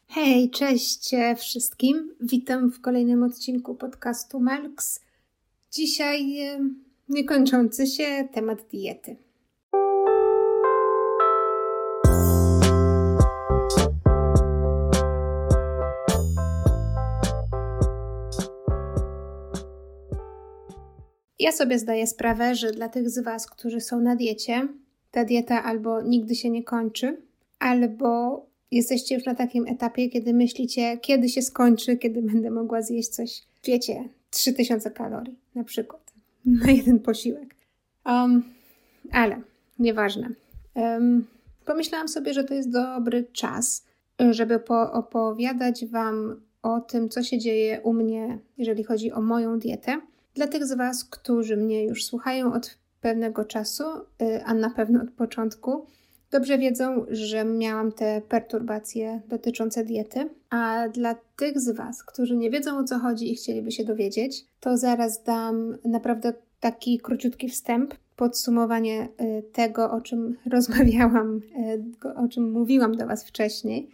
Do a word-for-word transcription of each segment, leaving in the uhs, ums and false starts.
Hej, cześć wszystkim. Witam w kolejnym odcinku podcastu Malks. Dzisiaj niekończący się temat diety. Ja sobie zdaję sprawę, że dla tych z Was, którzy są na diecie, ta dieta albo nigdy się nie kończy, albo jesteście już na takim etapie, kiedy myślicie, kiedy się skończy, kiedy będę mogła zjeść coś, wiecie, trzy tysiące kalorii na przykład, na jeden posiłek. Um, ale nieważne. Um, pomyślałam sobie, że to jest dobry czas, żeby poopowiadać Wam o tym, co się dzieje u mnie, jeżeli chodzi o moją dietę. Dla tych z Was, którzy mnie już słuchają od pewnego czasu, a na pewno od początku, dobrze wiedzą, że miałam te perturbacje dotyczące diety, a dla tych z Was, którzy nie wiedzą, o co chodzi i chcieliby się dowiedzieć, to zaraz dam naprawdę taki króciutki wstęp, podsumowanie tego, o czym rozmawiałam, o czym mówiłam do Was wcześniej,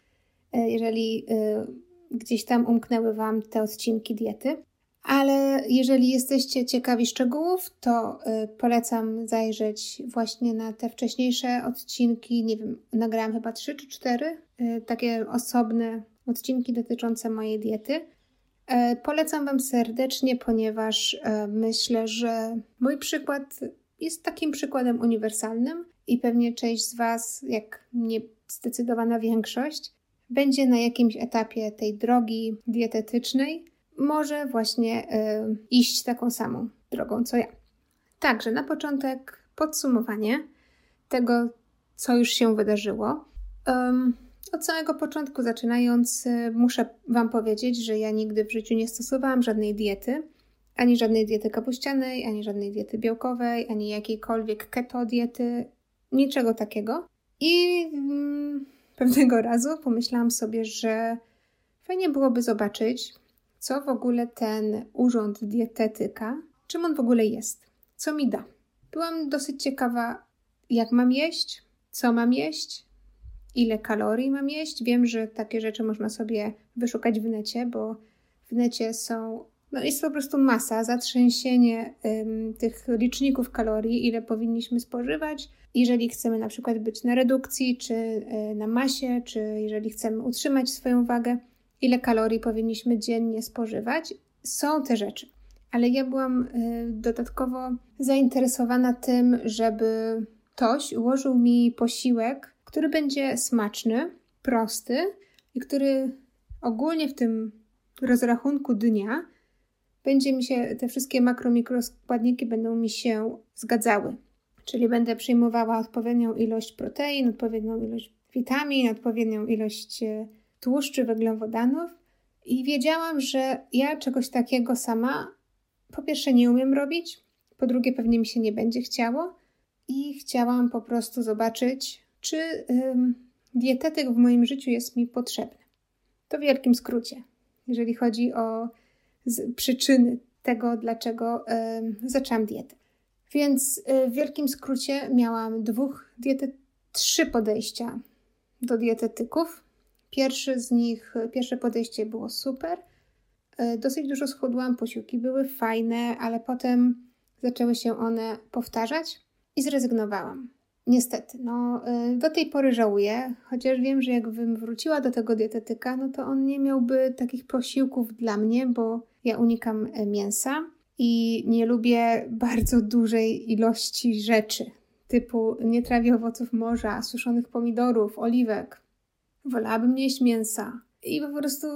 jeżeli gdzieś tam umknęły Wam te odcinki diety. Ale jeżeli jesteście ciekawi szczegółów, to y, polecam zajrzeć właśnie na te wcześniejsze odcinki. Nie wiem, nagrałam chyba trzy czy cztery y, takie osobne odcinki dotyczące mojej diety. Y, polecam Wam serdecznie, ponieważ y, myślę, że mój przykład jest takim przykładem uniwersalnym i pewnie część z Was, jak nie zdecydowana większość, będzie na jakimś etapie tej drogi dietetycznej, może właśnie y, iść taką samą drogą, co ja. Także na początek podsumowanie tego, co już się wydarzyło. Um, od samego początku zaczynając, y, muszę Wam powiedzieć, że ja nigdy w życiu nie stosowałam żadnej diety, ani żadnej diety kapuścianej, ani żadnej diety białkowej, ani jakiejkolwiek keto diety, niczego takiego. I mm, pewnego razu pomyślałam sobie, że fajnie byłoby zobaczyć, co w ogóle ten urząd dietetyka, czym on w ogóle jest, co mi da. Byłam dosyć ciekawa, jak mam jeść, co mam jeść, ile kalorii mam jeść. Wiem, że takie rzeczy można sobie wyszukać w necie, bo w necie są, no jest po prostu masa, zatrzęsienie ym, tych liczników kalorii, ile powinniśmy spożywać, jeżeli chcemy na przykład być na redukcji, czy y, na masie, czy jeżeli chcemy utrzymać swoją wagę. Ile kalorii powinniśmy dziennie spożywać. Są te rzeczy, ale ja byłam y, dodatkowo zainteresowana tym, żeby ktoś ułożył mi posiłek, który będzie smaczny, prosty i który ogólnie w tym rozrachunku dnia będzie mi się, te wszystkie makro, mikroskładniki będą mi się zgadzały. Czyli będę przyjmowała odpowiednią ilość protein, odpowiednią ilość witamin, odpowiednią ilość y, tłuszczy, węglowodanów i wiedziałam, że ja czegoś takiego sama po pierwsze nie umiem robić, po drugie pewnie mi się nie będzie chciało i chciałam po prostu zobaczyć, czy ym, dietetyk w moim życiu jest mi potrzebny. To w wielkim skrócie, jeżeli chodzi o z, przyczyny tego, dlaczego ym, zaczęłam dietę. Więc y, w wielkim skrócie miałam dwóch diety, trzy podejścia do dietetyków. Pierwszy z nich, pierwsze podejście było super. Dosyć dużo schudłam, posiłki były fajne, ale potem zaczęły się one powtarzać i zrezygnowałam. Niestety, no do tej pory żałuję, chociaż wiem, że jakbym wróciła do tego dietetyka, no to on nie miałby takich posiłków dla mnie, bo ja unikam mięsa i nie lubię bardzo dużej ilości rzeczy, typu nie trawię owoców morza, suszonych pomidorów, oliwek. Wolałabym nie jeść mięsa. I po prostu,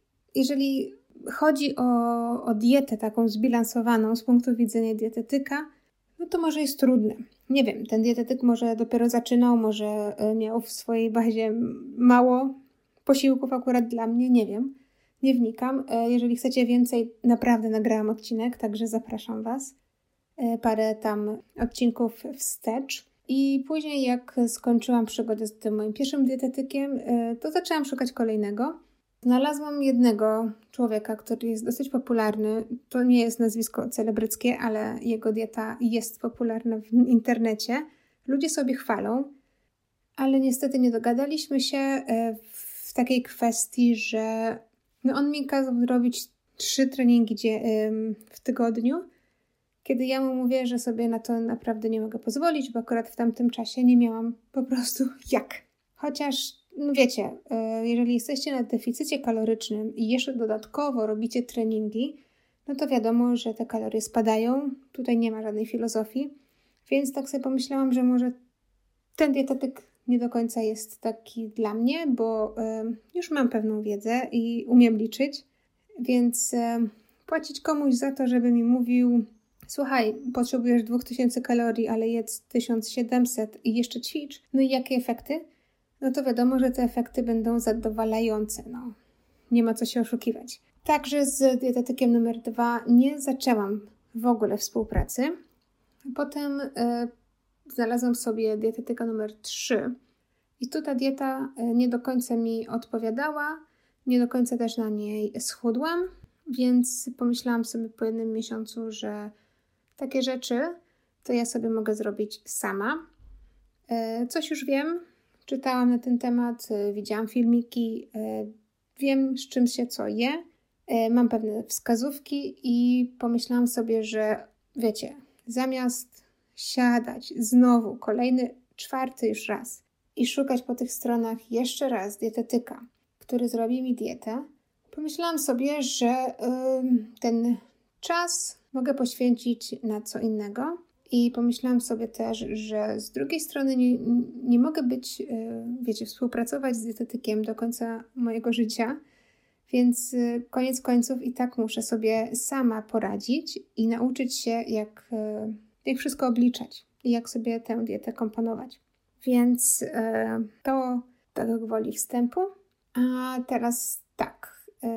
jeżeli chodzi o, o dietę taką zbilansowaną z punktu widzenia dietetyka, no to może jest trudne. Nie wiem, ten dietetyk może dopiero zaczynał, może miał w swojej bazie mało posiłków akurat dla mnie, nie wiem. Nie wnikam. Jeżeli chcecie więcej, naprawdę nagrałam odcinek, także zapraszam Was. Parę tam odcinków wstecz. I później jak skończyłam przygodę z tym moim pierwszym dietetykiem, to zaczęłam szukać kolejnego. Znalazłam jednego człowieka, który jest dosyć popularny. To nie jest nazwisko celebryckie, ale jego dieta jest popularna w internecie. Ludzie sobie chwalą, ale niestety nie dogadaliśmy się. W takiej kwestii, że no on mi kazał zrobić trzy treningi w tygodniu, kiedy ja mu mówię, że sobie na to naprawdę nie mogę pozwolić, bo akurat w tamtym czasie nie miałam po prostu jak. Chociaż, no wiecie, jeżeli jesteście na deficycie kalorycznym i jeszcze dodatkowo robicie treningi, no to wiadomo, że te kalorie spadają. Tutaj nie ma żadnej filozofii. Więc tak sobie pomyślałam, że może ten dietetyk nie do końca jest taki dla mnie, bo y, już mam pewną wiedzę i umiem liczyć. Więc y, płacić komuś za to, żeby mi mówił: słuchaj, potrzebujesz dwa tysiące kalorii, ale jedz tysiąc siedemset i jeszcze ćwicz. No i jakie efekty? No to wiadomo, że te efekty będą zadowalające. No, nie ma co się oszukiwać. Także z dietetykiem numer dwa nie zaczęłam w ogóle współpracy. Potem y, znalazłam sobie dietetyka numer trzy i tu ta dieta y, nie do końca mi odpowiadała, nie do końca też na niej schudłam, więc pomyślałam sobie po jednym miesiącu, że takie rzeczy to ja sobie mogę zrobić sama. Y, coś już wiem, czytałam na ten temat, y, widziałam filmiki, y, wiem z czym się co je, y, mam pewne wskazówki i pomyślałam sobie, że wiecie, zamiast siadać znowu kolejny, czwarty już raz i szukać po tych stronach jeszcze raz dietetyka, który zrobi mi dietę, pomyślałam sobie, że yy, ten czas mogę poświęcić na co innego i pomyślałam sobie też, że z drugiej strony nie, nie mogę być, yy, wiecie, współpracować z dietetykiem do końca mojego życia, więc yy, koniec końców i tak muszę sobie sama poradzić i nauczyć się, jak, yy, jak wszystko obliczać i jak sobie tę dietę komponować. Więc yy, to tak gwoli wstępu. A teraz tak, yy,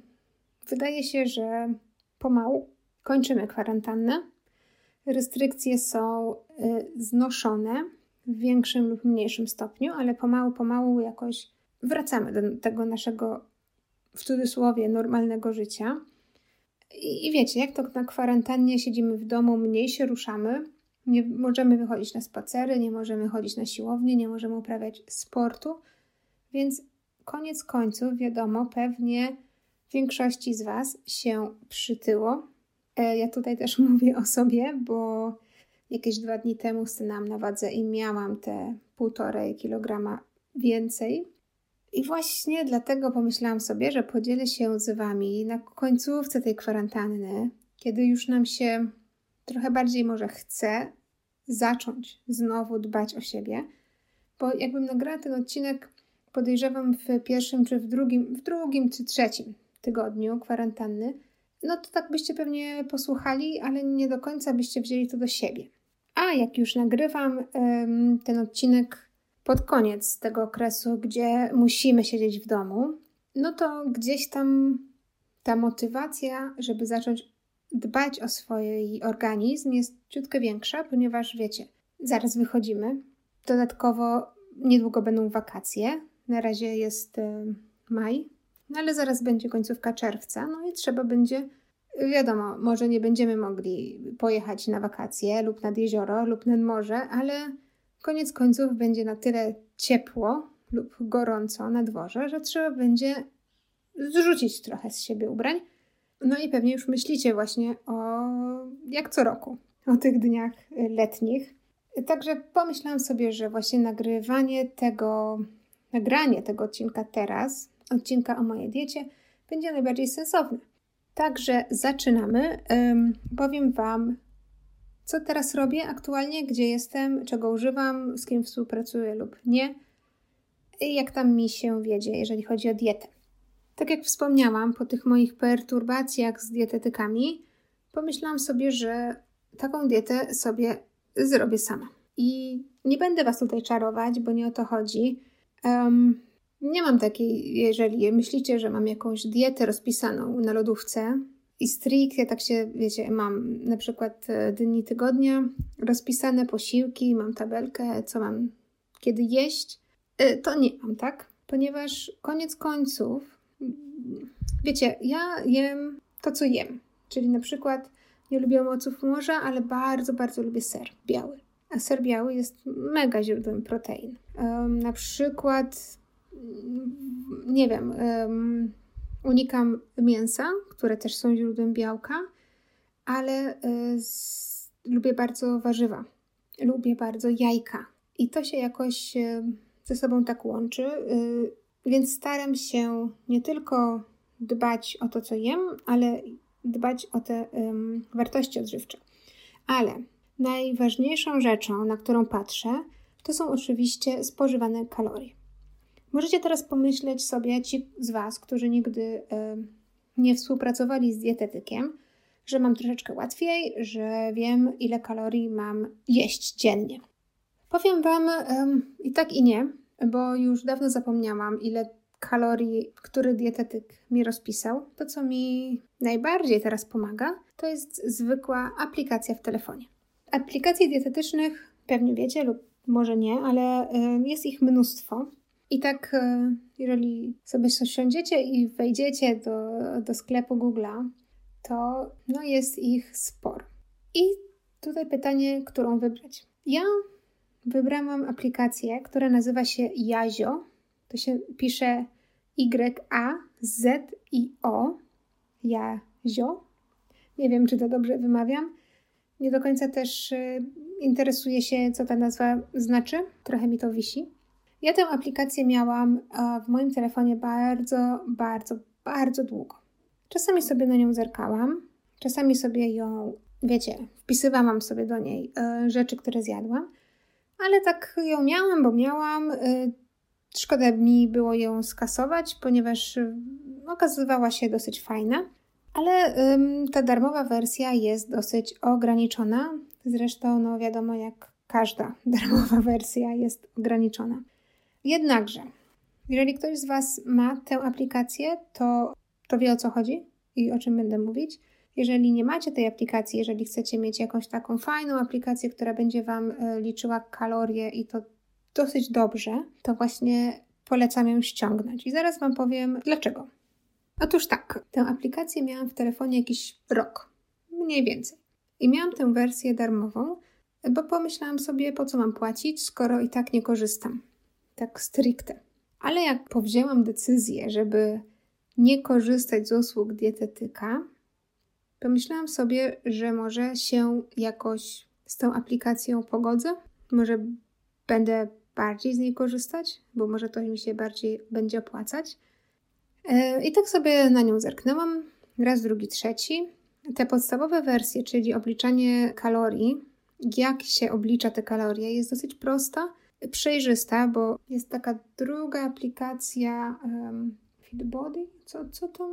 wydaje się, że pomału kończymy kwarantannę. Restrykcje są yy, znoszone w większym lub mniejszym stopniu, ale pomału, pomału jakoś wracamy do tego naszego, w cudzysłowie, normalnego życia. I, I wiecie, jak to na kwarantannie siedzimy w domu, mniej się ruszamy, nie możemy wychodzić na spacery, nie możemy chodzić na siłownię, nie możemy uprawiać sportu, więc koniec końców, wiadomo, pewnie większości z Was się przytyło. E, ja tutaj też mówię o sobie, bo jakieś dwa dni temu stanęłam na wadze i miałam te półtorej kilograma więcej. I właśnie dlatego pomyślałam sobie, że podzielę się z Wami na końcówce tej kwarantanny, kiedy już nam się trochę bardziej może chce zacząć znowu dbać o siebie, bo jakbym nagrała ten odcinek, podejrzewam w pierwszym czy w drugim, w drugim czy trzecim tygodniu kwarantanny, no to tak byście pewnie posłuchali, ale nie do końca byście wzięli to do siebie. A jak już nagrywam ym, ten odcinek pod koniec tego okresu, gdzie musimy siedzieć w domu, no to gdzieś tam ta motywacja, żeby zacząć dbać o swój organizm jest ciutkę większa, ponieważ wiecie, zaraz wychodzimy. Dodatkowo niedługo będą wakacje. Na razie jest y, maj, no ale zaraz będzie końcówka czerwca, no i trzeba będzie, wiadomo, może nie będziemy mogli pojechać na wakacje lub nad jezioro lub nad morze, ale koniec końców będzie na tyle ciepło lub gorąco na dworze, że trzeba będzie zrzucić trochę z siebie ubrań. No i pewnie już myślicie właśnie o, jak co roku, o tych dniach letnich. Także pomyślałam sobie, że właśnie nagrywanie tego, nagranie tego odcinka teraz, odcinka o mojej diecie, będzie najbardziej sensowne. Także zaczynamy. Um, powiem Wam, co teraz robię aktualnie, gdzie jestem, czego używam, z kim współpracuję lub nie i jak tam mi się wiedzie, jeżeli chodzi o dietę. Tak jak wspomniałam, po tych moich perturbacjach z dietetykami, pomyślałam sobie, że taką dietę sobie zrobię sama. I nie będę Was tutaj czarować, bo nie o to chodzi. Um, nie mam takiej, jeżeli myślicie, że mam jakąś dietę rozpisaną na lodówce i stricte, tak się, wiecie, mam na przykład dni tygodnia, rozpisane posiłki, mam tabelkę, co mam kiedy jeść, to nie mam, tak? Ponieważ koniec końców, wiecie, ja jem to, co jem. Czyli na przykład nie lubię owoców morza, ale bardzo, bardzo lubię ser biały. A ser biały jest mega źródłem protein. Um, na przykład nie wiem, um, unikam mięsa, które też są źródłem białka, ale y, z, lubię bardzo warzywa. Lubię bardzo jajka. I to się jakoś y, ze sobą tak łączy, y, więc staram się nie tylko dbać o to, co jem, ale dbać o te um, wartości odżywcze. Ale najważniejszą rzeczą, na którą patrzę, to są oczywiście spożywane kalorie. Możecie teraz pomyśleć sobie, ci z Was, którzy nigdy y, nie współpracowali z dietetykiem, że mam troszeczkę łatwiej, że wiem, ile kalorii mam jeść dziennie. Powiem Wam y, i tak i nie, bo już dawno zapomniałam, ile kalorii, który dietetyk mi rozpisał. To, co mi najbardziej teraz pomaga, to jest zwykła aplikacja w telefonie. Aplikacji dietetycznych pewnie wiecie lub może nie, ale y, jest ich mnóstwo. I tak, y, jeżeli sobie siądziecie i wejdziecie do, do sklepu Google'a, to no, jest ich sporo. I tutaj pytanie, którą wybrać. Ja wybrałam aplikację, która nazywa się Yazio. To się pisze Y A Z I O. Yazio. Nie wiem, czy to dobrze wymawiam. Nie do końca też y, interesuję się, co ta nazwa znaczy. Trochę mi to wisi. Ja tę aplikację miałam y, w moim telefonie bardzo, bardzo, bardzo długo. Czasami sobie na nią zerkałam. Czasami sobie ją, wiecie, wpisywałam sobie do niej y, rzeczy, które zjadłam. Ale tak ją miałam, bo miałam. Y, szkoda mi było ją skasować, ponieważ y, okazywała się dosyć fajna. Ale ym, ta darmowa wersja jest dosyć ograniczona. Zresztą, no wiadomo, jak każda darmowa wersja jest ograniczona. Jednakże, jeżeli ktoś z Was ma tę aplikację, to, to wie, o co chodzi i o czym będę mówić. Jeżeli nie macie tej aplikacji, jeżeli chcecie mieć jakąś taką fajną aplikację, która będzie Wam y, liczyła kalorie i to dosyć dobrze, to właśnie polecam ją ściągnąć. I zaraz Wam powiem, dlaczego. Otóż tak, tę aplikację miałam w telefonie jakiś rok, mniej więcej. I miałam tę wersję darmową, bo pomyślałam sobie, po co mam płacić, skoro i tak nie korzystam. Tak stricte. Ale jak powzięłam decyzję, żeby nie korzystać z usług dietetyka, pomyślałam sobie, że może się jakoś z tą aplikacją pogodzę. Może będę bardziej z niej korzystać, bo może to mi się bardziej będzie opłacać. I tak sobie na nią zerknęłam, raz, drugi, trzeci. Te podstawowe wersje, czyli obliczanie kalorii, jak się oblicza te kalorie, jest dosyć prosta, przejrzysta, bo jest taka druga aplikacja um, Fitbody, co, co to?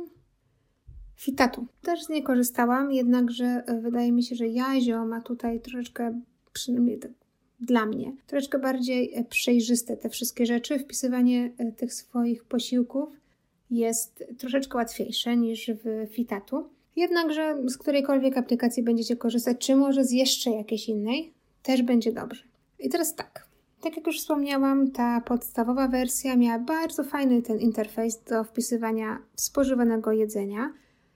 Fitatu. Też z niej korzystałam, jednakże wydaje mi się, że Yazio ma tutaj troszeczkę, przynajmniej tak dla mnie, troszeczkę bardziej przejrzyste te wszystkie rzeczy. Wpisywanie tych swoich posiłków jest troszeczkę łatwiejsze niż w Fitatu. Jednakże z którejkolwiek aplikacji będziecie korzystać, czy może z jeszcze jakiejś innej, też będzie dobrze. I teraz tak, tak jak już wspomniałam, ta podstawowa wersja miała bardzo fajny ten interfejs do wpisywania spożywanego jedzenia.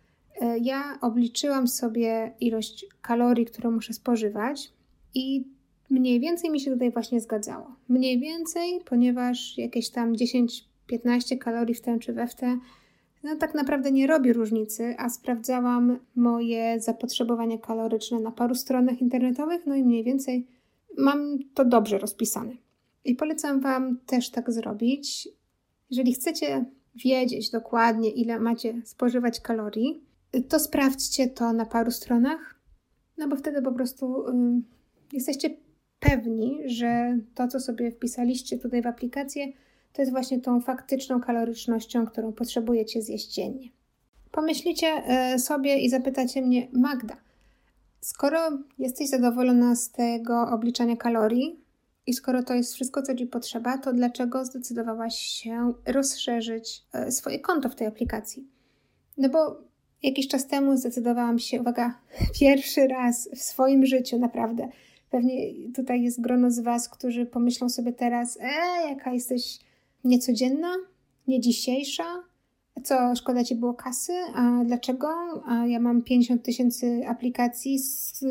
Ja obliczyłam sobie ilość kalorii, którą muszę spożywać i mniej więcej mi się tutaj właśnie zgadzało. Mniej więcej, ponieważ jakieś tam dziesięć piętnaście kalorii w tę czy we w tę, no tak naprawdę nie robi różnicy, a sprawdzałam moje zapotrzebowanie kaloryczne na paru stronach internetowych, no i mniej więcej mam to dobrze rozpisane. I polecam Wam też tak zrobić. Jeżeli chcecie wiedzieć dokładnie, ile macie spożywać kalorii, to sprawdźcie to na paru stronach, no bo wtedy po prostu y, jesteście pewni, że to, co sobie wpisaliście tutaj w aplikację, to jest właśnie tą faktyczną kalorycznością, którą potrzebujecie zjeść dziennie. Pomyślicie sobie i zapytacie mnie, Magda, skoro jesteś zadowolona z tego obliczania kalorii i skoro to jest wszystko, co Ci potrzeba, to dlaczego zdecydowałaś się rozszerzyć swoje konto w tej aplikacji? No bo jakiś czas temu zdecydowałam się, uwaga, pierwszy raz w swoim życiu, naprawdę. Pewnie tutaj jest grono z Was, którzy pomyślą sobie teraz, e, jaka jesteś niecodzienna, nie dzisiejsza, co, szkoda Ci było kasy, a dlaczego? A ja mam pięćdziesiąt tysięcy aplikacji z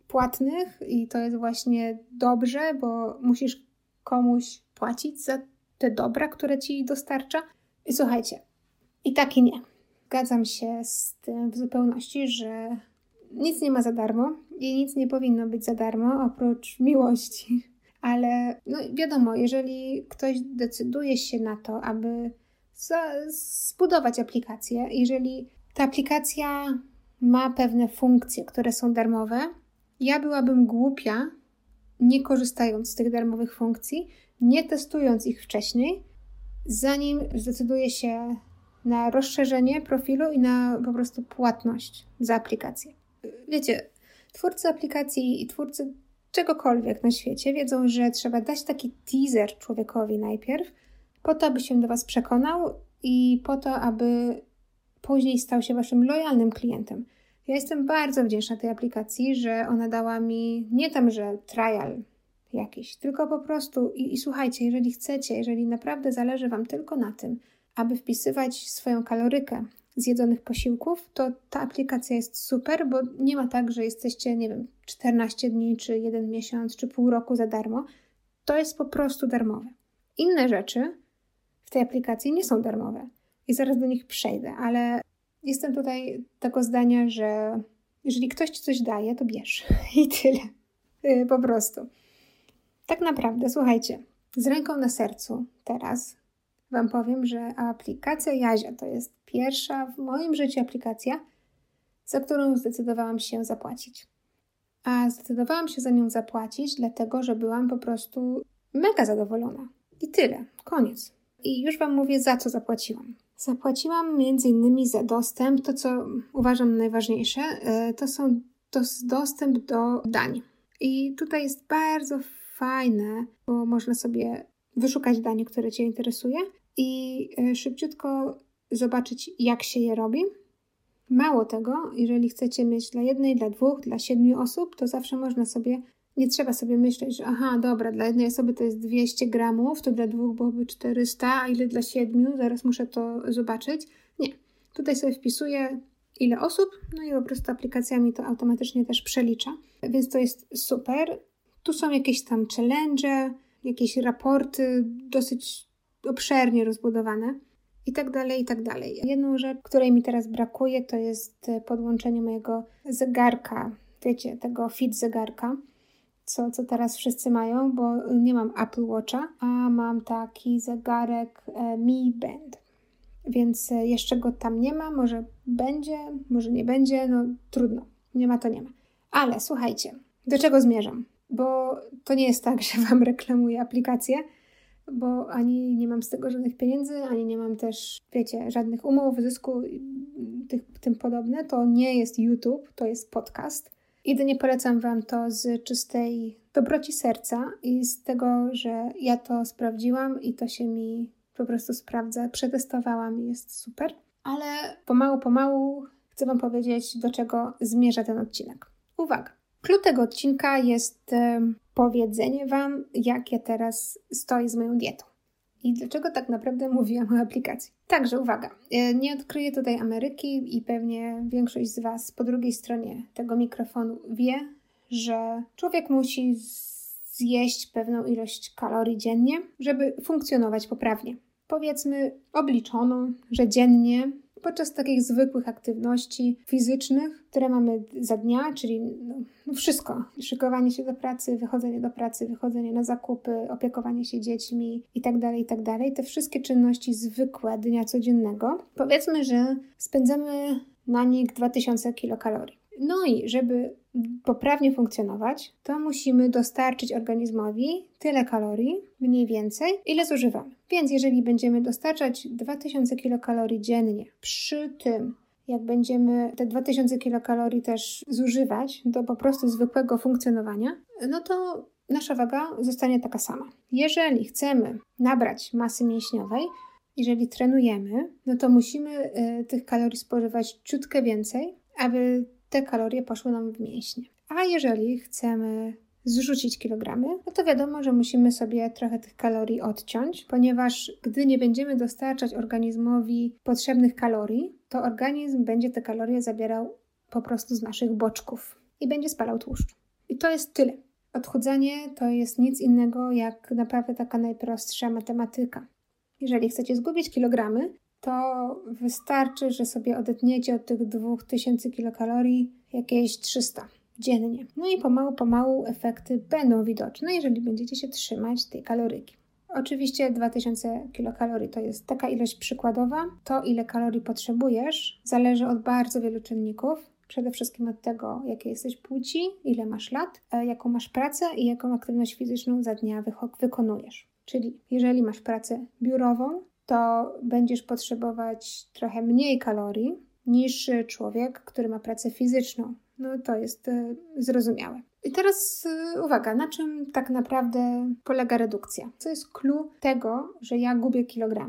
płatnych i to jest właśnie dobrze, bo musisz komuś płacić za te dobra, które Ci dostarcza. I słuchajcie, i tak i nie. Zgadzam się z tym w zupełności, że nic nie ma za darmo i nic nie powinno być za darmo oprócz miłości. Ale no wiadomo, jeżeli ktoś decyduje się na to, aby za- zbudować aplikację, jeżeli ta aplikacja ma pewne funkcje, które są darmowe, ja byłabym głupia, nie korzystając z tych darmowych funkcji, nie testując ich wcześniej, zanim zdecyduję się na rozszerzenie profilu i na po prostu płatność za aplikację. Wiecie, twórcy aplikacji i twórcy czegokolwiek na świecie wiedzą, że trzeba dać taki teaser człowiekowi najpierw, po to, aby się do Was przekonał i po to, aby później stał się Waszym lojalnym klientem. Ja jestem bardzo wdzięczna tej aplikacji, że ona dała mi nie tam, że trial jakiś, tylko po prostu i, i słuchajcie, jeżeli chcecie, jeżeli naprawdę zależy Wam tylko na tym, aby wpisywać swoją kalorykę zjedzonych posiłków, to ta aplikacja jest super, bo nie ma tak, że jesteście, nie wiem, czternaście dni, czy jeden miesiąc, czy pół roku za darmo. To jest po prostu darmowe. Inne rzeczy w tej aplikacji nie są darmowe i zaraz do nich przejdę, ale jestem tutaj tego zdania, że jeżeli ktoś Ci coś daje, to bierz i tyle. Yy, po prostu. Tak naprawdę, słuchajcie, z ręką na sercu teraz Wam powiem, że aplikacja Jazia to jest pierwsza w moim życiu aplikacja, za którą zdecydowałam się zapłacić. A zdecydowałam się za nią zapłacić, dlatego że byłam po prostu mega zadowolona. I tyle. Koniec. I już Wam mówię, za co zapłaciłam. Zapłaciłam między innymi za dostęp, to co uważam najważniejsze, to są to jest dostęp do dań. I tutaj jest bardzo fajne, bo można sobie wyszukać danie, które Cię interesuje i szybciutko zobaczyć, jak się je robi. Mało tego, jeżeli chcecie mieć dla jednej, dla dwóch, dla siedmiu osób, to zawsze można sobie, nie trzeba sobie myśleć, że aha, dobra, dla jednej osoby to jest dwieście gramów, to dla dwóch byłoby czterysta, a ile dla siedmiu? Zaraz muszę to zobaczyć. Nie. Tutaj sobie wpisuję, ile osób, no i po prostu aplikacja mi to automatycznie też przelicza, więc to jest super. Tu są jakieś tam challenge, jakieś raporty dosyć obszernie rozbudowane i tak dalej, i tak dalej. Jedną rzecz, której mi teraz brakuje, to jest podłączenie mojego zegarka, wiecie, tego fit zegarka, co, co teraz wszyscy mają, bo nie mam Apple Watcha, a mam taki zegarek Mi Band, więc jeszcze go tam nie ma, może będzie, może nie będzie, no trudno, nie ma to nie ma. Ale słuchajcie, do czego zmierzam? Bo to nie jest tak, że Wam reklamuję aplikację, bo ani nie mam z tego żadnych pieniędzy, ani nie mam też, wiecie, żadnych umów, zysku, tych, tym podobne. To nie jest YouTube, to jest podcast. Jedynie polecam Wam to z czystej dobroci serca i z tego, że ja to sprawdziłam i to się mi po prostu sprawdza. Przetestowałam i jest super. Ale pomału, pomału chcę Wam powiedzieć, do czego zmierza ten odcinek. Uwaga! Klucz tego odcinka jest e, powiedzenie Wam, jak ja teraz stoję z moją dietą. I dlaczego tak naprawdę mówiłam o aplikacji. Także uwaga, e, nie odkryję tutaj Ameryki i pewnie większość z Was po drugiej stronie tego mikrofonu wie, że człowiek musi zjeść pewną ilość kalorii dziennie, żeby funkcjonować poprawnie. Powiedzmy obliczono, że dziennie podczas takich zwykłych aktywności fizycznych, które mamy za dnia, czyli no, no wszystko. Szykowanie się do pracy, wychodzenie do pracy, wychodzenie na zakupy, opiekowanie się dziećmi itd., itd. Te wszystkie czynności zwykłe dnia codziennego. Powiedzmy, że spędzamy na nich dwa tysiące kilokalorii. No i żeby poprawnie funkcjonować, to musimy dostarczyć organizmowi tyle kalorii, mniej więcej, ile zużywamy. Więc jeżeli będziemy dostarczać dwa tysiące kilokalorii dziennie, przy tym jak będziemy te dwa tysiące kilokalorii też zużywać do po prostu zwykłego funkcjonowania, no to nasza waga zostanie taka sama. Jeżeli chcemy nabrać masy mięśniowej, jeżeli trenujemy, no to musimy y, tych kalorii spożywać ciutkę więcej, aby te kalorie poszły nam w mięśnie. A jeżeli chcemy zrzucić kilogramy, no to wiadomo, że musimy sobie trochę tych kalorii odciąć, ponieważ gdy nie będziemy dostarczać organizmowi potrzebnych kalorii, to organizm będzie te kalorie zabierał po prostu z naszych boczków i będzie spalał tłuszcz. I to jest tyle. Odchudzanie to jest nic innego jak naprawdę taka najprostsza matematyka. Jeżeli chcecie zgubić kilogramy, to wystarczy, że sobie odetniecie od tych dwóch tysięcy kilokalorii jakieś trzysta dziennie. No i pomału, pomału efekty będą widoczne, jeżeli będziecie się trzymać tej kaloryki. Oczywiście dwa tysiące kilokalorii to jest taka ilość przykładowa. To, ile kalorii potrzebujesz, zależy od bardzo wielu czynników. Przede wszystkim od tego, jakiej jesteś płci, ile masz lat, jaką masz pracę i jaką aktywność fizyczną za dnia wykonujesz. Czyli jeżeli masz pracę biurową, to będziesz potrzebować trochę mniej kalorii niż człowiek, który ma pracę fizyczną. No to jest y, zrozumiałe. I teraz y, uwaga, na czym tak naprawdę polega redukcja? Co jest clue tego, że ja gubię kilogramy?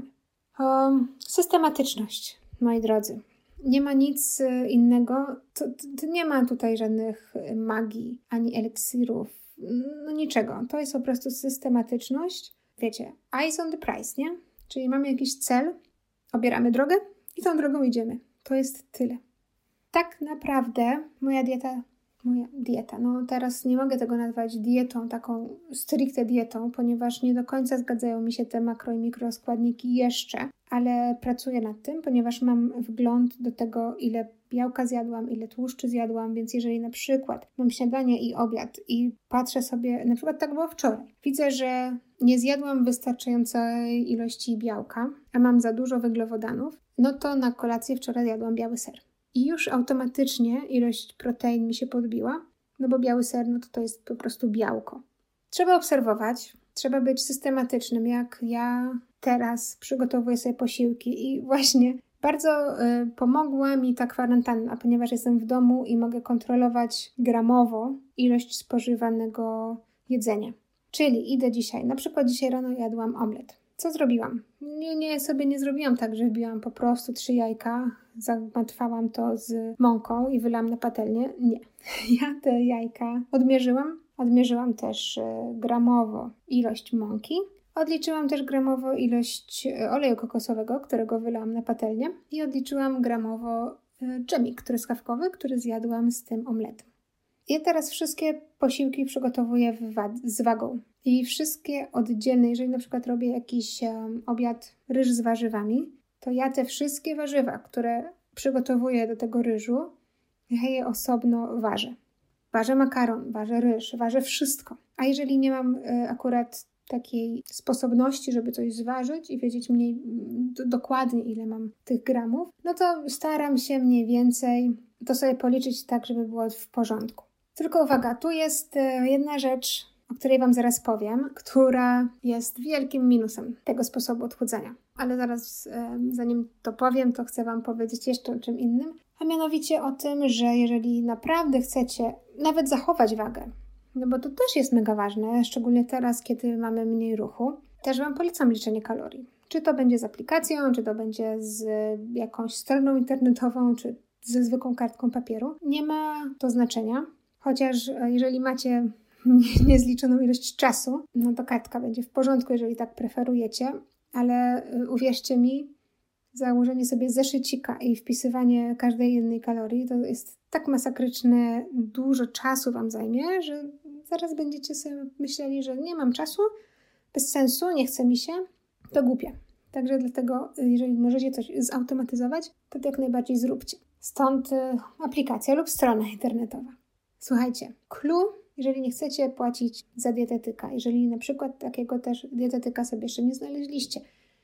Um, systematyczność, moi drodzy. Nie ma nic innego, to, to nie ma tutaj żadnych magii, ani eliksirów, no niczego. To jest po prostu systematyczność. Wiecie, eyes on the prize, nie? Czyli mamy jakiś cel, obieramy drogę i tą drogą idziemy. To jest tyle. Tak naprawdę moja dieta, moja dieta, no teraz nie mogę tego nazwać dietą, taką stricte dietą, ponieważ nie do końca zgadzają mi się te makro i mikroskładniki jeszcze, ale pracuję nad tym, ponieważ mam wgląd do tego, ile białka zjadłam, ile tłuszczy zjadłam, więc jeżeli na przykład mam śniadanie i obiad i patrzę sobie, na przykład tak było wczoraj, widzę, że nie zjadłam wystarczającej ilości białka, a mam za dużo węglowodanów, no to na kolację wczoraj jadłam biały ser. I już automatycznie ilość protein mi się podbiła, no bo biały ser, no to to jest po prostu białko. Trzeba obserwować, trzeba być systematycznym, jak ja teraz przygotowuję sobie posiłki i właśnie bardzo y, pomogła mi ta kwarantanna, ponieważ jestem w domu i mogę kontrolować gramowo ilość spożywanego jedzenia. Czyli idę dzisiaj, na przykład dzisiaj rano jadłam omlet. Co zrobiłam? Nie, nie sobie nie zrobiłam tak, że wbiłam po prostu trzy jajka, zagmatwałam to z mąką i wylałam na patelnię. Nie. Ja te jajka odmierzyłam. Odmierzyłam też gramowo ilość mąki. Odliczyłam też gramowo ilość oleju kokosowego, którego wylałam na patelnię. I odliczyłam gramowo dżemik truskawkowy, który zjadłam z tym omletem. Ja teraz wszystkie posiłki przygotowuję w wa- z wagą. I wszystkie oddzielne, jeżeli na przykład robię jakiś um, obiad ryż z warzywami, to ja te wszystkie warzywa, które przygotowuję do tego ryżu, ja je osobno ważę. Ważę makaron, ważę ryż, ważę wszystko. A jeżeli nie mam y, akurat takiej sposobności, żeby coś zważyć i wiedzieć mniej d- dokładnie, ile mam tych gramów, no to staram się mniej więcej to sobie policzyć tak, żeby było w porządku. Tylko uwaga, tu jest y, jedna rzecz, o której Wam zaraz powiem, która jest wielkim minusem tego sposobu odchudzania. Ale zaraz, e, zanim to powiem, to chcę Wam powiedzieć jeszcze o czym innym, a mianowicie o tym, że jeżeli naprawdę chcecie nawet zachować wagę, no bo to też jest mega ważne, szczególnie teraz, kiedy mamy mniej ruchu, też Wam polecam liczenie kalorii. Czy to będzie z aplikacją, czy to będzie z jakąś stroną internetową, czy ze zwykłą kartką papieru. Nie ma to znaczenia, chociaż jeżeli macie niezliczoną ilość czasu, no to kartka będzie w porządku, jeżeli tak preferujecie, ale uwierzcie mi, założenie sobie zeszycika i wpisywanie każdej jednej kalorii to jest tak masakryczne, dużo czasu Wam zajmie, że zaraz będziecie sobie myśleli, że nie mam czasu, bez sensu, nie chce mi się, to głupie. Także dlatego, jeżeli możecie coś zautomatyzować, to jak najbardziej zróbcie. Stąd aplikacja lub strona internetowa. Słuchajcie, clue, jeżeli nie chcecie płacić za dietetyka, jeżeli na przykład takiego też dietetyka sobie jeszcze nie znaleźliście,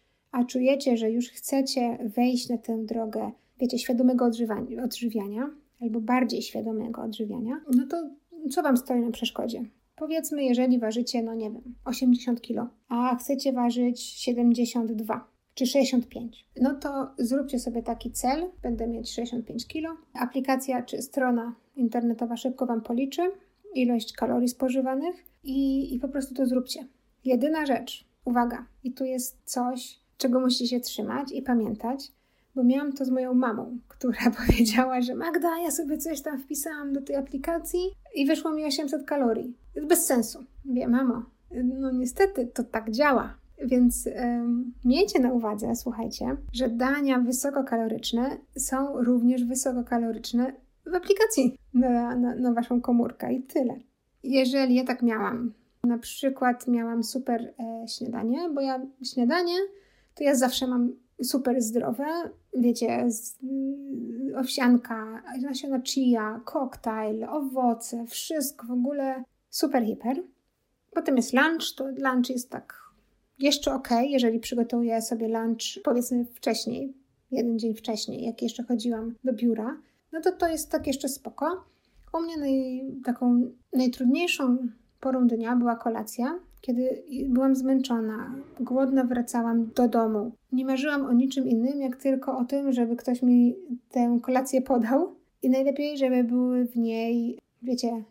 a czujecie, że już chcecie wejść na tę drogę, wiecie, świadomego odżywiania, odżywiania albo bardziej świadomego odżywiania, no to co Wam stoi na przeszkodzie? Powiedzmy, jeżeli ważycie, no nie wiem, osiemdziesiąt kilo, a chcecie ważyć siedemdziesiąt dwa czy sześćdziesiąt pięć, no to zróbcie sobie taki cel, będę mieć sześćdziesiąt pięć kilo. Aplikacja czy strona internetowa szybko Wam policzy ilość kalorii spożywanych i, i po prostu to zróbcie. Jedyna rzecz, uwaga, i tu jest coś, czego musicie się trzymać i pamiętać, bo miałam to z moją mamą, która powiedziała, że Magda, ja sobie coś tam wpisałam do tej aplikacji i wyszło mi osiemset kalorii. Bez sensu. Mówię, mamo, no niestety to tak działa. Więc um, miejcie na uwadze, słuchajcie, że dania wysokokaloryczne są również wysokokaloryczne w aplikacji na, na, na Waszą komórkę i tyle. jeżeli ja tak miałam, na przykład miałam super e, śniadanie, bo ja śniadanie to ja zawsze mam super zdrowe, wiecie, z, y, owsianka, nasiona chia, koktajl, owoce, wszystko w ogóle super hiper. Potem jest lunch, to lunch jest tak jeszcze okej, jeżeli przygotuję sobie lunch powiedzmy wcześniej, jeden dzień wcześniej, jak jeszcze chodziłam do biura, no to to jest tak jeszcze spoko. U mnie naj, taką najtrudniejszą porą dnia była kolacja, kiedy byłam zmęczona, głodna wracałam do domu. Nie marzyłam o niczym innym, jak tylko o tym, żeby ktoś mi tę kolację podał i najlepiej, żeby były w niej, wiecie,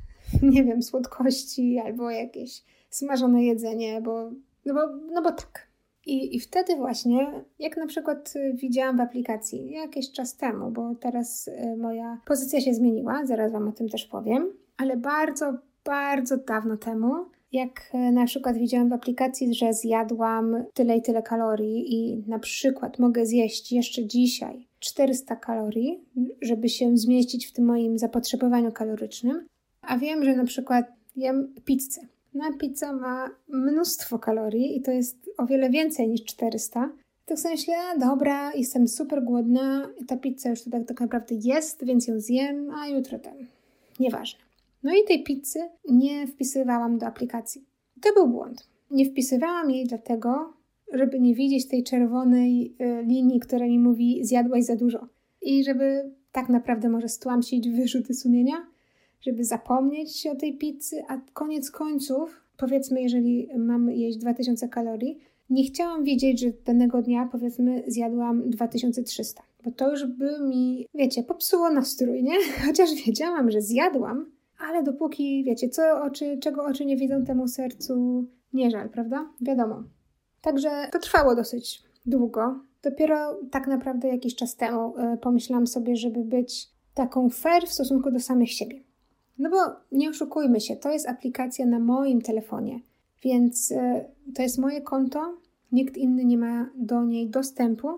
nie wiem, słodkości albo jakieś smażone jedzenie, bo, no bo, no bo tak. I, I wtedy właśnie, jak na przykład widziałam w aplikacji jakiś czas temu, bo teraz moja pozycja się zmieniła, zaraz Wam o tym też powiem, ale bardzo, bardzo dawno temu, jak na przykład widziałam w aplikacji, że zjadłam tyle i tyle kalorii i na przykład mogę zjeść jeszcze dzisiaj czterysta kalorii, żeby się zmieścić w tym moim zapotrzebowaniu kalorycznym, a wiem, że na przykład jem pizzę. No, pizza ma mnóstwo kalorii i to jest o wiele więcej niż czterysta. Tak sobie myślę, dobra, jestem super głodna i ta pizza już tak, tak naprawdę jest, więc ją zjem, a jutro ten. Nieważne. No i tej pizzy nie wpisywałam do aplikacji. To był błąd. Nie wpisywałam jej dlatego, żeby nie widzieć tej czerwonej y, linii, która mi mówi zjadłaś za dużo. I żeby tak naprawdę może stłamsić wyrzuty sumienia, żeby zapomnieć o tej pizzy, a koniec końców, powiedzmy, jeżeli mam jeść dwa tysiące kalorii, nie chciałam wiedzieć, że danego dnia, powiedzmy, zjadłam dwa tysiące trzysta, bo to już by mi, wiecie, popsuło nastrój, nie? Chociaż wiedziałam, że zjadłam, ale dopóki, wiecie, co oczy, czego oczy nie widzą, temu sercu nie żal, prawda? Wiadomo. Także to trwało dosyć długo. Dopiero tak naprawdę jakiś czas temu y, pomyślałam sobie, żeby być taką fair w stosunku do samych siebie. No bo nie oszukujmy się, to jest aplikacja na moim telefonie, więc y, to jest moje konto, nikt inny nie ma do niej dostępu.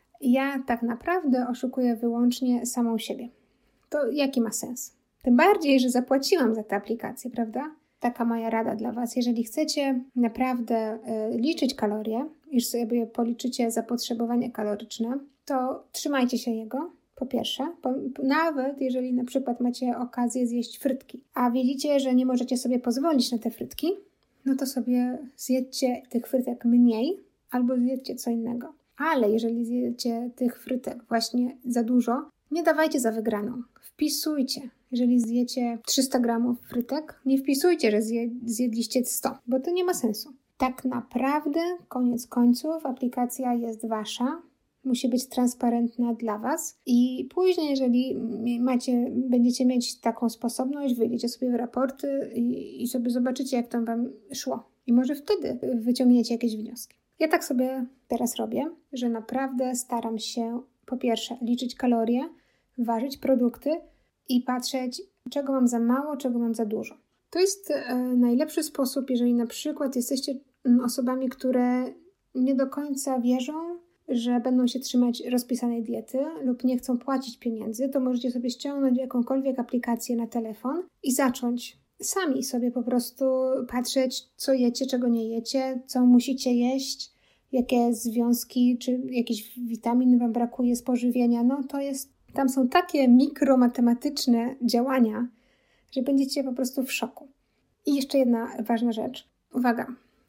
Ja tak naprawdę oszukuję wyłącznie samą siebie. To jaki ma sens? Tym bardziej, że zapłaciłam za tę aplikację, prawda? Taka moja rada dla Was. Jeżeli chcecie naprawdę y, liczyć kalorie, iż sobie policzycie zapotrzebowanie kaloryczne, to trzymajcie się jego. Po pierwsze, po, nawet jeżeli na przykład macie okazję zjeść frytki, a widzicie, że nie możecie sobie pozwolić na te frytki, no to sobie zjedźcie tych frytek mniej albo zjedźcie co innego. Ale jeżeli zjecie tych frytek właśnie za dużo, nie dawajcie za wygraną. Wpisujcie. Jeżeli zjecie trzysta gramów frytek, nie wpisujcie, że zje, zjedliście sto, bo to nie ma sensu. Tak naprawdę, koniec końców, aplikacja jest Wasza. Musi być transparentna dla Was i później, jeżeli macie, będziecie mieć taką sposobność, wyjdziecie sobie w raporty i, i sobie zobaczycie, jak tam Wam szło. I może wtedy wyciągniecie jakieś wnioski. Ja tak sobie teraz robię, że naprawdę staram się po pierwsze liczyć kalorie, ważyć produkty i patrzeć, czego mam za mało, czego mam za dużo. To jest e, najlepszy sposób, jeżeli na przykład jesteście osobami, które nie do końca wierzą, że będą się trzymać rozpisanej diety lub nie chcą płacić pieniędzy, to możecie sobie ściągnąć jakąkolwiek aplikację na telefon i zacząć sami sobie po prostu patrzeć, co jecie, czego nie jecie, co musicie jeść, jakie związki czy jakichś witamin Wam brakuje z pożywienia. No to jest, tam są takie mikromatematyczne działania, że będziecie po prostu w szoku. I jeszcze jedna ważna rzecz. Uwaga.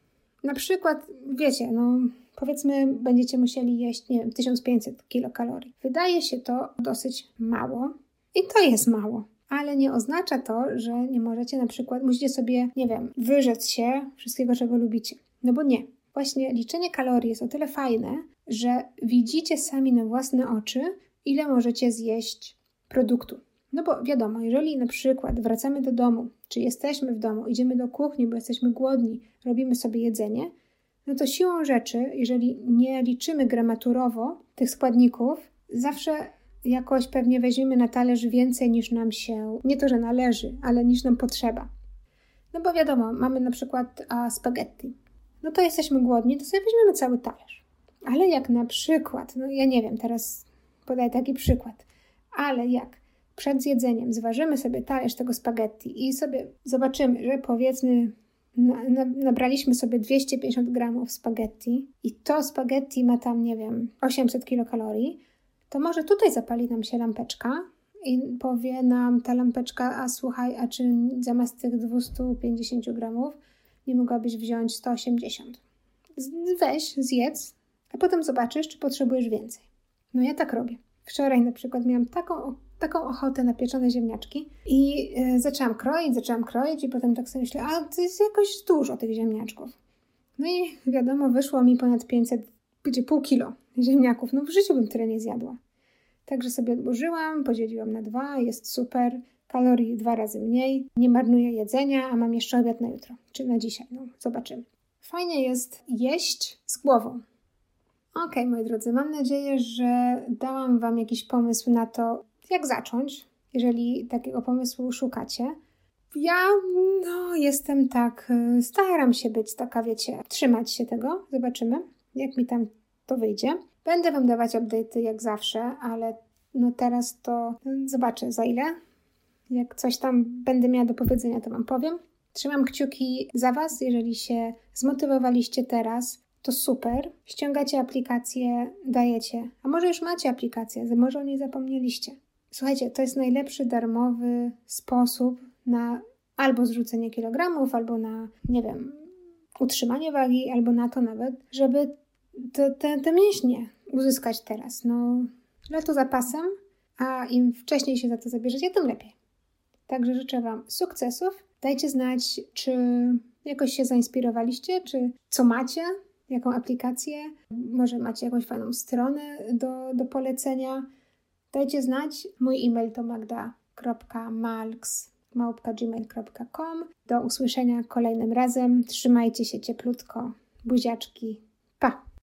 Na przykład, wiecie, no powiedzmy, będziecie musieli jeść, nie wiem, tysiąc pięćset kilokalorii. Wydaje się to dosyć mało i to jest mało, ale nie oznacza to, że nie możecie na przykład, musicie sobie, nie wiem, wyrzec się wszystkiego, czego lubicie. No bo nie. Właśnie liczenie kalorii jest o tyle fajne, że widzicie sami na własne oczy, ile możecie zjeść produktu. No bo wiadomo, jeżeli na przykład wracamy do domu, czy jesteśmy w domu, idziemy do kuchni, bo jesteśmy głodni, robimy sobie jedzenie, no to siłą rzeczy, jeżeli nie liczymy gramaturowo tych składników, zawsze jakoś pewnie weźmiemy na talerz więcej niż nam się, nie to, że należy, ale niż nam potrzeba. No bo wiadomo, mamy na przykład a, spaghetti. No to jesteśmy głodni, to sobie weźmiemy cały talerz. Ale jak na przykład, no ja nie wiem, teraz podaję taki przykład, ale jak przed zjedzeniem zważymy sobie talerz tego spaghetti i sobie zobaczymy, że powiedzmy na, na, nabraliśmy sobie dwieście pięćdziesiąt gramów spaghetti i to spaghetti ma tam, nie wiem, osiemset kilokalorii, to może tutaj zapali nam się lampeczka i powie nam ta lampeczka, a słuchaj, a czy zamiast tych dwieście pięćdziesiąt gramów nie mogłabyś wziąć sto osiemdziesiąt? Weź, zjedz, a potem zobaczysz, czy potrzebujesz więcej. No ja tak robię. Wczoraj na przykład miałam taką, taką ochotę na pieczone ziemniaczki i e, zaczęłam kroić, zaczęłam kroić i potem tak sobie myślę, a to jest jakoś dużo tych ziemniaczków. No i wiadomo, wyszło mi ponad pięćset, gdzie pół kilo ziemniaków. No w życiu bym tyle nie zjadła. Także sobie odłożyłam, podzieliłam na dwa, jest super, kalorii dwa razy mniej, nie marnuję jedzenia, a mam jeszcze obiad na jutro, czy na dzisiaj, no zobaczymy. Fajnie jest jeść z głową. Ok, moi drodzy, mam nadzieję, że dałam Wam jakiś pomysł na to, jak zacząć, jeżeli takiego pomysłu szukacie. Ja, no, jestem tak, staram się być taka, wiecie, trzymać się tego, zobaczymy, jak mi tam to wyjdzie. Będę Wam dawać update'y jak zawsze, ale no teraz to zobaczę za ile. Jak coś tam będę miała do powiedzenia, to Wam powiem. Trzymam kciuki za Was, jeżeli się zmotywowaliście teraz, to super. Ściągacie aplikację, dajecie. A może już macie aplikację, może o niej zapomnieliście. Słuchajcie, to jest najlepszy darmowy sposób na albo zrzucenie kilogramów, albo na, nie wiem, utrzymanie wagi, albo na to nawet, żeby te, te, te mięśnie uzyskać teraz. No, lato za pasem, a im wcześniej się za to zabierzecie, tym lepiej. Także życzę Wam sukcesów. Dajcie znać, czy jakoś się zainspirowaliście, czy co macie, jaką aplikację, może macie jakąś fajną stronę do, do polecenia. Dajcie znać. Mój e-mail to magda kropka malks małpka gmail kropka com. Do usłyszenia kolejnym razem. Trzymajcie się cieplutko. Buziaczki.